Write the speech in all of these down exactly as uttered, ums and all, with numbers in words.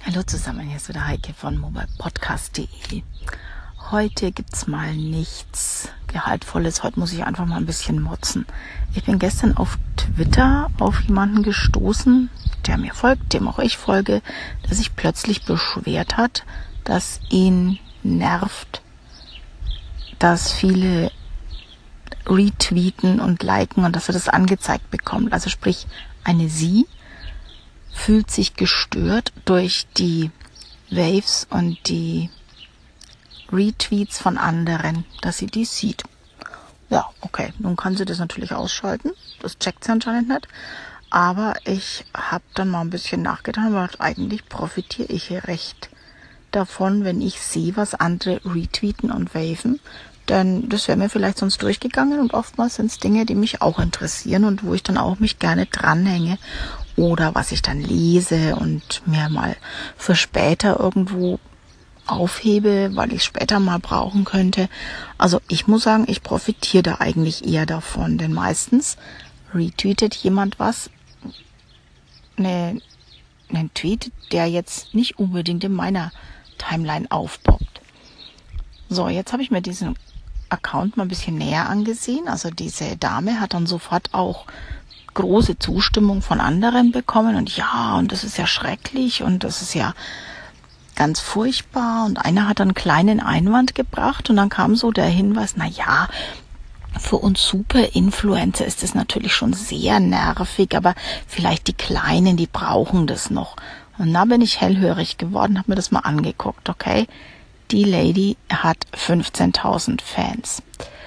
Hallo zusammen, hier ist wieder Heike von mobilepodcast punkt de. Heute gibt's mal nichts Gehaltvolles. Heute muss ich einfach mal ein bisschen motzen. Ich bin gestern auf Twitter auf jemanden gestoßen, der mir folgt, dem auch ich folge, der sich plötzlich beschwert hat, dass ihn nervt, dass viele retweeten und liken und dass er das angezeigt bekommt. Also sprich, eine Sie fühlt sich gestört durch die Waves und die Retweets von anderen, dass sie die sieht. Ja, okay, nun kann sie das natürlich ausschalten. Das checkt sie anscheinend nicht. Aber ich habe dann mal ein bisschen nachgedacht und gedacht, eigentlich profitiere ich hier recht davon, wenn ich sehe, was andere retweeten und waven. Denn das wäre mir vielleicht sonst durchgegangen und oftmals sind es Dinge, die mich auch interessieren und wo ich dann auch mich gerne dranhänge oder was ich dann lese und mir mal für später irgendwo aufhebe, weil ich es später mal brauchen könnte. Also ich muss sagen, ich profitiere da eigentlich eher davon, denn meistens retweetet jemand was, ne, einen Tweet, der jetzt nicht unbedingt in meiner Timeline aufpoppt. So, jetzt habe ich mir diesen Account mal ein bisschen näher angesehen. Also diese Dame hat dann sofort auch große Zustimmung von anderen bekommen und ja, und das ist ja schrecklich und das ist ja ganz furchtbar und einer hat einen kleinen Einwand gebracht und dann kam so der Hinweis, na ja, für uns Super-Influencer ist das natürlich schon sehr nervig, aber vielleicht die Kleinen, die brauchen das noch. Und da bin ich hellhörig geworden, habe mir das mal angeguckt, okay? Die Lady hat fünfzehntausend Fans.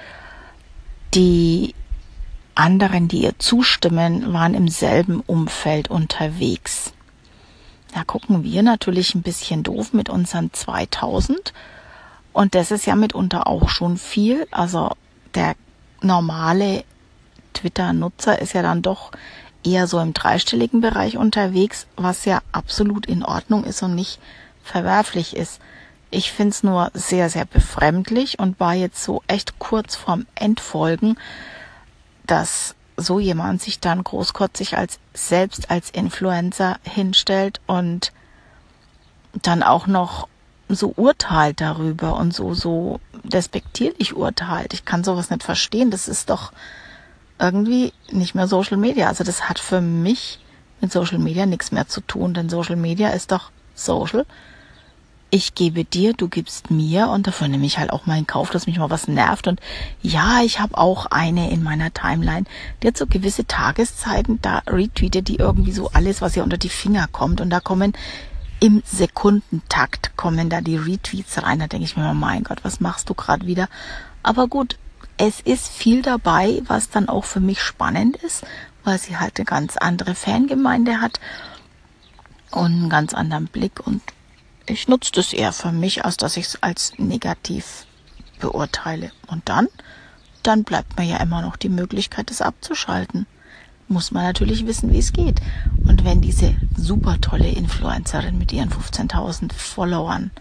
Die anderen, die ihr zustimmen, waren im selben Umfeld unterwegs. Da gucken wir natürlich ein bisschen doof mit unseren zweitausend. Und das ist ja mitunter auch schon viel. Also der normale Twitter-Nutzer ist ja dann doch eher so im dreistelligen Bereich unterwegs, was ja absolut in Ordnung ist und nicht verwerflich ist. Ich finde es nur sehr, sehr befremdlich und war jetzt so echt kurz vorm Entfolgen, dass so jemand sich dann großkotzig als selbst als Influencer hinstellt und dann auch noch so urteilt darüber und so so despektierlich urteilt. Ich kann sowas nicht verstehen. Das ist doch irgendwie nicht mehr Social Media. Also das hat für mich mit Social Media nichts mehr zu tun, denn Social Media ist doch Social. Ich gebe dir, du gibst mir und dafür nehme ich halt auch mal in Kauf, dass mich mal was nervt. Und ja, ich habe auch eine in meiner Timeline, die hat so gewisse Tageszeiten, da retweetet die irgendwie so alles, was ihr unter die Finger kommt. Und da kommen im Sekundentakt, kommen da die Retweets rein. Da denke ich mir mal, mein Gott, was machst du gerade wieder? Aber gut, es ist viel dabei, was dann auch für mich spannend ist, weil sie halt eine ganz andere Fangemeinde hat und einen ganz anderen Blick und ich nutze das eher für mich, als dass ich es als negativ beurteile. Und dann, dann bleibt mir ja immer noch die Möglichkeit, das abzuschalten. Muss man natürlich wissen, wie es geht. Und wenn diese super tolle Influencerin mit ihren fünfzehntausend Followern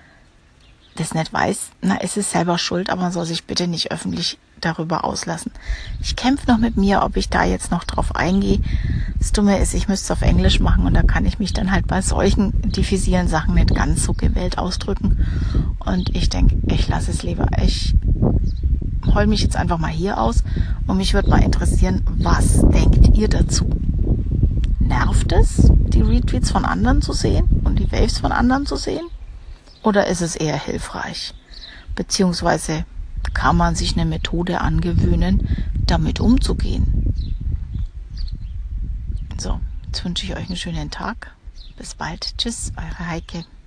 das nicht weiß, na, es ist selber schuld, aber man soll sich bitte nicht öffentlich darüber auslassen. Ich kämpfe noch mit mir, ob ich da jetzt noch drauf eingehe. Das Dumme ist, ich müsste es auf Englisch machen und da kann ich mich dann halt bei solchen diffizilen Sachen nicht ganz so gewählt ausdrücken. Und ich denke, ich lasse es lieber. Ich heul mich jetzt einfach mal hier aus und mich würde mal interessieren, was denkt ihr dazu? Nervt es, die Retweets von anderen zu sehen und die Waves von anderen zu sehen? Oder ist es eher hilfreich? Beziehungsweise kann man sich eine Methode angewöhnen, damit umzugehen? So, jetzt wünsche ich euch einen schönen Tag. Bis bald. Tschüss, eure Heike.